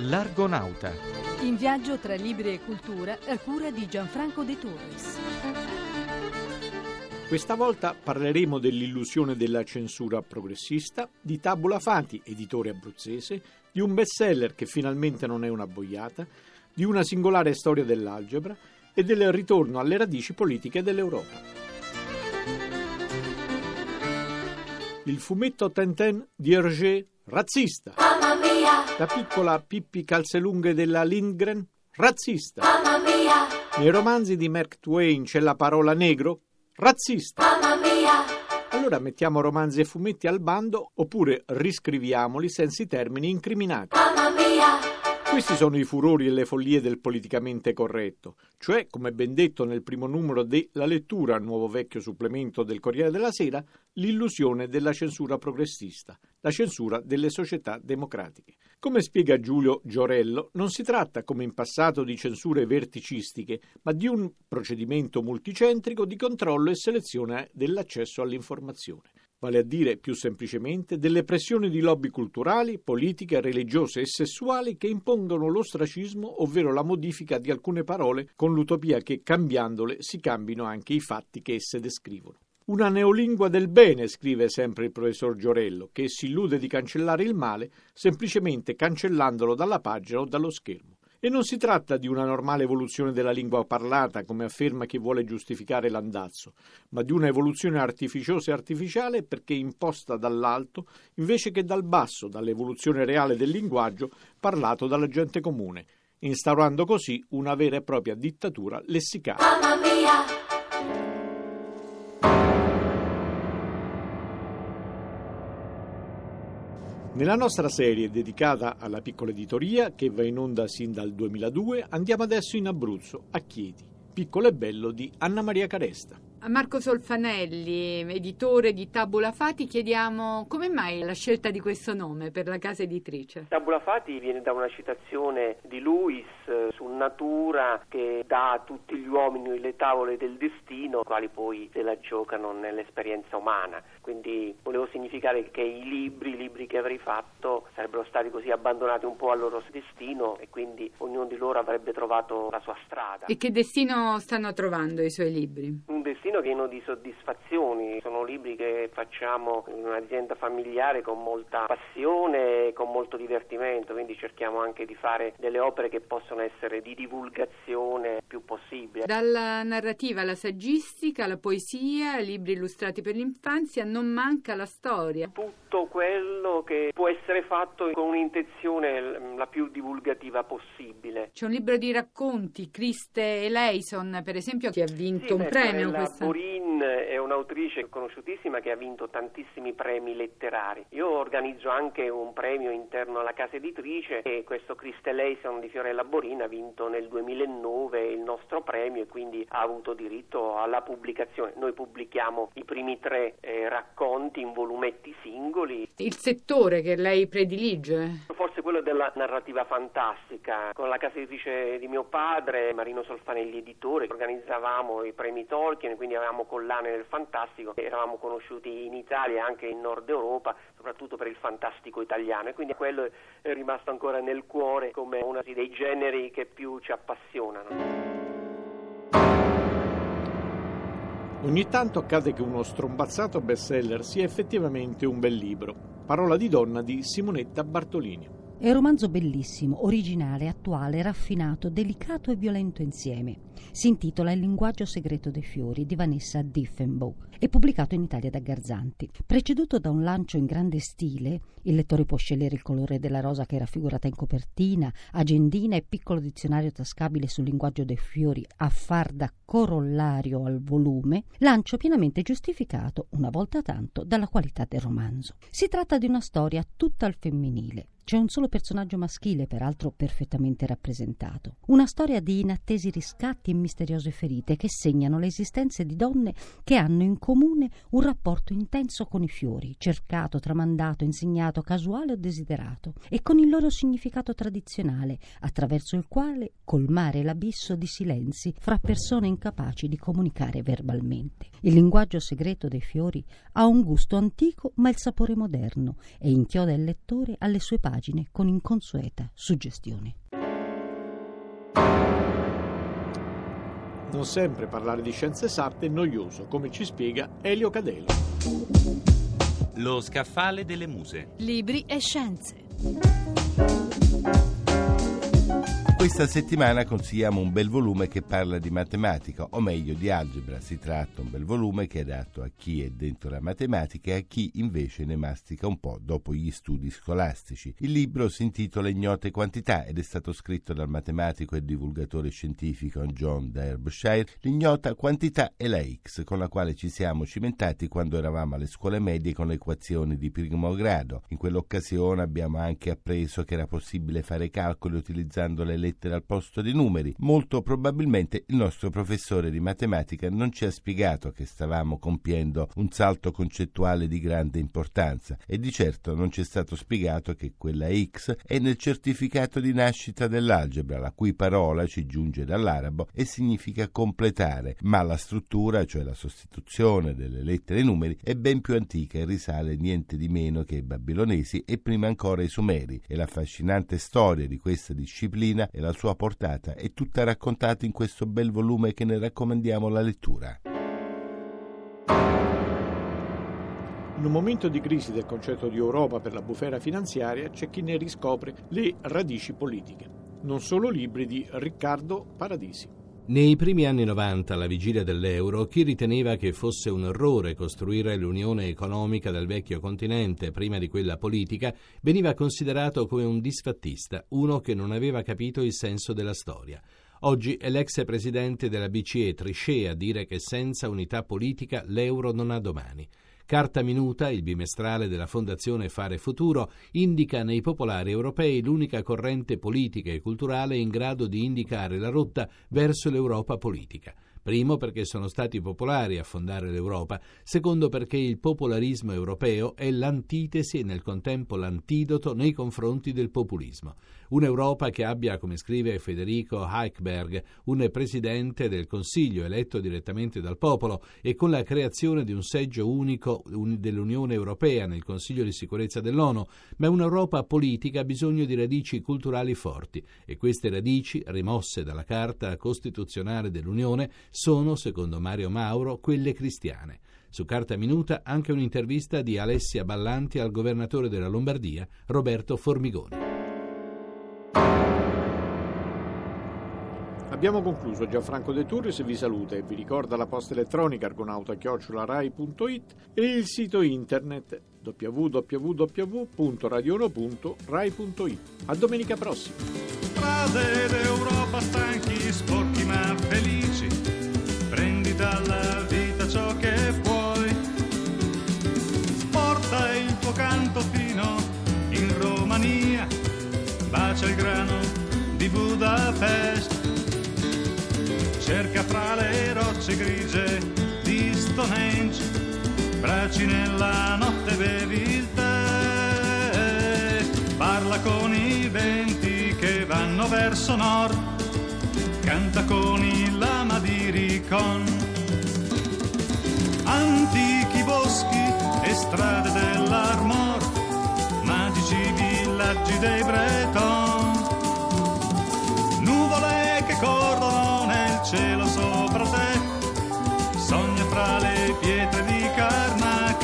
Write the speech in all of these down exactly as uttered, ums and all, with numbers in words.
L'Argonauta. In viaggio tra libri e cultura a cura di Gianfranco De Torres. Questa volta parleremo dell'illusione della censura progressista, di Tabula Fati, editore abruzzese, di un bestseller che finalmente non è una boiata, di una singolare storia dell'algebra e del ritorno alle radici politiche dell'Europa. Il fumetto Tintin di Hergé, razzista. Mamma mia! La piccola Pippi Calzelunghe della Lindgren, razzista. Mamma mia! Nei romanzi di Mark Twain c'è la parola negro, razzista. Mamma mia! Allora mettiamo romanzi e fumetti al bando oppure riscriviamoli senza i termini incriminati. Mamma mia! Questi sono i furori e le follie del politicamente corretto, cioè, come ben detto nel primo numero de La Lettura, nuovo vecchio supplemento del Corriere della Sera, l'illusione della censura progressista, la censura delle società democratiche. Come spiega Giulio Giorello, non si tratta, come in passato, di censure verticistiche, ma di un procedimento multicentrico di controllo e selezione dell'accesso all'informazione. Vale a dire, più semplicemente, delle pressioni di lobby culturali, politiche, religiose e sessuali che impongono l'ostracismo, ovvero la modifica di alcune parole con l'utopia che, cambiandole, si cambino anche i fatti che esse descrivono. Una neolingua del bene, scrive sempre il professor Giorello, che si illude di cancellare il male semplicemente cancellandolo dalla pagina o dallo schermo. E non si tratta di una normale evoluzione della lingua parlata, come afferma chi vuole giustificare l'andazzo, ma di una evoluzione artificiosa e artificiale perché imposta dall'alto invece che dal basso, dall'evoluzione reale del linguaggio parlato dalla gente comune, instaurando così una vera e propria dittatura lessicale. Mamma mia! Nella nostra serie dedicata alla piccola editoria, che va in onda sin dal duemiladue, andiamo adesso in Abruzzo, a Chieti, Piccolo e Bello di Anna Maria Caresta. A Marco Solfanelli, editore di Tabula Fati, chiediamo come mai la scelta di questo nome per la casa editrice. Tabula Fati viene da una citazione di Lewis eh, su natura che dà a tutti gli uomini le tavole del destino, quali poi se la giocano nell'esperienza umana. Quindi volevo significare che i libri, i libri che avrei fatto sarebbero stati così abbandonati un po' al loro destino e quindi ognuno di loro avrebbe trovato la sua strada. E che destino stanno trovando i suoi libri? Un destino pieno di soddisfazioni, sono libri che facciamo in un'azienda familiare con molta passione e con molto divertimento, quindi cerchiamo anche di fare delle opere che possono essere di divulgazione più possibile. Dalla narrativa alla saggistica, alla poesia, libri illustrati per l'infanzia, non manca la storia. Tutto quello che può essere fatto con un'intenzione la più divulgativa possibile. C'è un libro di racconti, Christe Eleison, per esempio, che ha vinto sì, un beh, premio. La questa... Borin è un'autrice conosciutissima che ha vinto tantissimi premi letterari. Io organizzo anche un premio interno alla casa editrice e questo Christe Eleison di Fiorella Borin ha vinto nel duemilanove il nostro premio e quindi ha avuto diritto alla pubblicazione. Noi pubblichiamo i primi tre eh, racconti in volumetti singoli. Il settore che lei predilige? Forse quello della narrativa fantastica. Con la casa editrice di mio padre, Marino Solfanelli editore, organizzavamo i premi Tolkien, quindi avevamo collane del fantastico, eravamo conosciuti in Italia e anche in Nord Europa, soprattutto per il fantastico italiano, e quindi quello è rimasto ancora nel cuore come uno dei generi che più ci appassionano. Ogni tanto accade che uno strombazzato bestseller sia effettivamente un bel libro. Parola di donna di Simonetta Bartolini. È un romanzo bellissimo, originale, attuale, raffinato, delicato e violento insieme. Si intitola Il linguaggio segreto dei fiori di Vanessa Diffenbaugh. È pubblicato in Italia da Garzanti. Preceduto da un lancio in grande stile, il lettore può scegliere il colore della rosa che è raffigurata in copertina, agendina e piccolo dizionario tascabile sul linguaggio dei fiori a far da corollario al volume, lancio pienamente giustificato, una volta tanto, dalla qualità del romanzo. Si tratta di una storia tutta al femminile. C'è un solo personaggio maschile, peraltro perfettamente rappresentato. Una storia di inattesi riscatti e misteriose ferite che segnano le esistenze di donne che hanno in comune un rapporto intenso con i fiori, cercato, tramandato, insegnato, casuale o desiderato, e con il loro significato tradizionale, attraverso il quale colmare l'abisso di silenzi fra persone incapaci di comunicare verbalmente. Il linguaggio segreto dei fiori ha un gusto antico ma il sapore moderno e inchioda il lettore alle sue pagine con inconsueta suggestione. Non sempre parlare di scienze esatte è noioso, come ci spiega Elio Cadelo. Lo scaffale delle muse. Libri e scienze. Questa settimana consigliamo un bel volume che parla di matematica, o meglio di algebra. Si tratta un bel volume che è adatto a chi è dentro la matematica e a chi invece ne mastica un po' dopo gli studi scolastici. Il libro si intitola Ignote quantità ed è stato scritto dal matematico e divulgatore scientifico John Derbyshire. L'ignota quantità è la X, con la quale ci siamo cimentati quando eravamo alle scuole medie con le equazioni di primo grado. In quell'occasione abbiamo anche appreso che era possibile fare calcoli utilizzando le lettere al posto dei numeri. Molto probabilmente il nostro professore di matematica non ci ha spiegato che stavamo compiendo un salto concettuale di grande importanza e di certo non ci è stato spiegato che quella X è nel certificato di nascita dell'algebra, la cui parola ci giunge dall'arabo e significa completare, ma la struttura, cioè la sostituzione delle lettere e numeri, è ben più antica e risale niente di meno che ai babilonesi e prima ancora ai sumeri, e l'affascinante storia di questa disciplina e la sua portata è tutta raccontata in questo bel volume che ne raccomandiamo la lettura. In un momento di crisi del concetto di Europa per la bufera finanziaria c'è chi ne riscopre le radici politiche. Non solo libri di Riccardo Paradisi. Nei primi anni novanta, alla vigilia dell'euro, chi riteneva che fosse un errore costruire l'unione economica del vecchio continente prima di quella politica, veniva considerato come un disfattista, uno che non aveva capito il senso della storia. Oggi è l'ex presidente della B C E Trichet a dire che senza unità politica l'euro non ha domani. Carta Minuta, il bimestrale della Fondazione Fare Futuro, indica nei popolari europei l'unica corrente politica e culturale in grado di indicare la rotta verso l'Europa politica. Primo perché sono stati i popolari a fondare l'Europa, secondo perché il popolarismo europeo è l'antitesi e nel contempo l'antidoto nei confronti del populismo. Un'Europa che abbia, come scrive Federico Heichberg, un presidente del Consiglio eletto direttamente dal popolo e con la creazione di un seggio unico dell'Unione Europea nel Consiglio di sicurezza dell'ONU, ma un'Europa politica ha bisogno di radici culturali forti e queste radici, rimosse dalla Carta Costituzionale dell'Unione, sono, secondo Mario Mauro, quelle cristiane. Su Carta Minuta anche un'intervista di Alessia Ballanti al governatore della Lombardia, Roberto Formigoni. Abbiamo concluso. Gianfranco De Torres vi saluta e vi ricorda la posta elettronica argonauta chiocciola rai punto it e il sito internet w w w punto radio uno punto rai punto it. A domenica prossima. Strade d'Europa stanchi, sporchi ma felici, prendi dalla vita ciò che puoi, porta il tuo canto fino in Romania, bacia il grano di Budapest, cerca fra le rocce grigie di Stonehenge, bracci nella notte bevi il tè, parla con i venti che vanno verso nord, canta con il lama di Ricon, antichi boschi e strade dell'Armor, magici villaggi dei Breton, nuvole che corrono nel cielo sopra te, sogna fra le pietre di Karnak,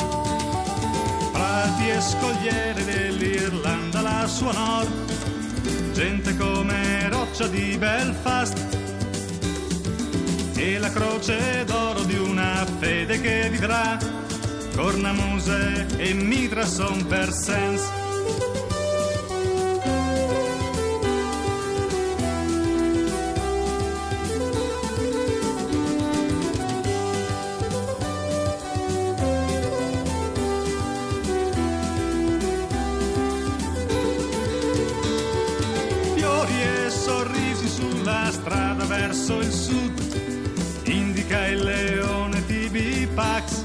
prati e scogliere dell'Irlanda la sua nord, gente come roccia di Belfast e la croce d'oro di una fede che vivrà, cornamuse e mitra son per senso. Verso il Indica il leone T B Pax,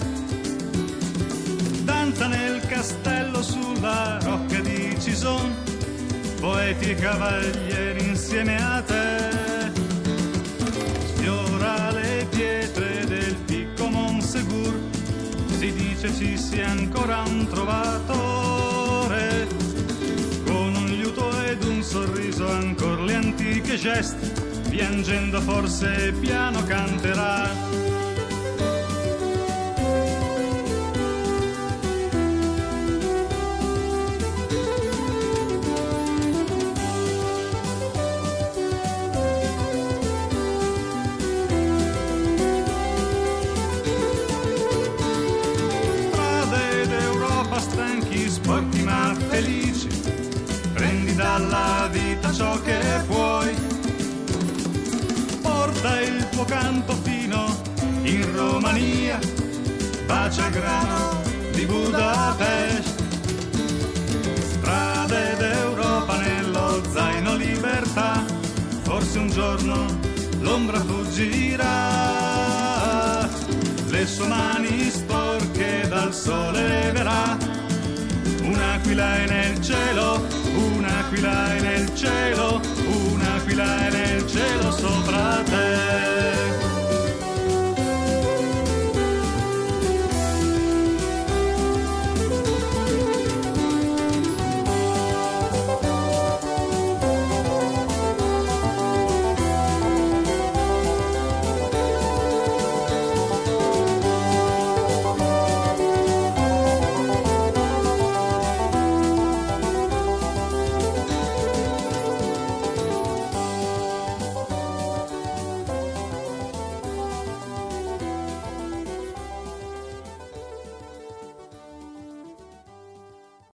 danza nel castello sulla rocca di Cison, poeti e cavalieri insieme a te. Sfiora le pietre del picco Monsegur, si dice ci sia ancora un trovatore, con un liuto ed un sorriso ancor le antiche geste, piangendo forse piano canterà. Strade d'Europa stanchi, sporchi ma felici, prendi dalla vita ciò che puoi. Porta il tuo canto fino in Romania, bacia il grano di Budapest. Strade d'Europa nello zaino libertà, forse un giorno l'ombra fuggirà, le sue mani sporche dal sole leverà. Un'aquila è nel cielo, un'aquila è nel cielo, un'aquila è nel cielo.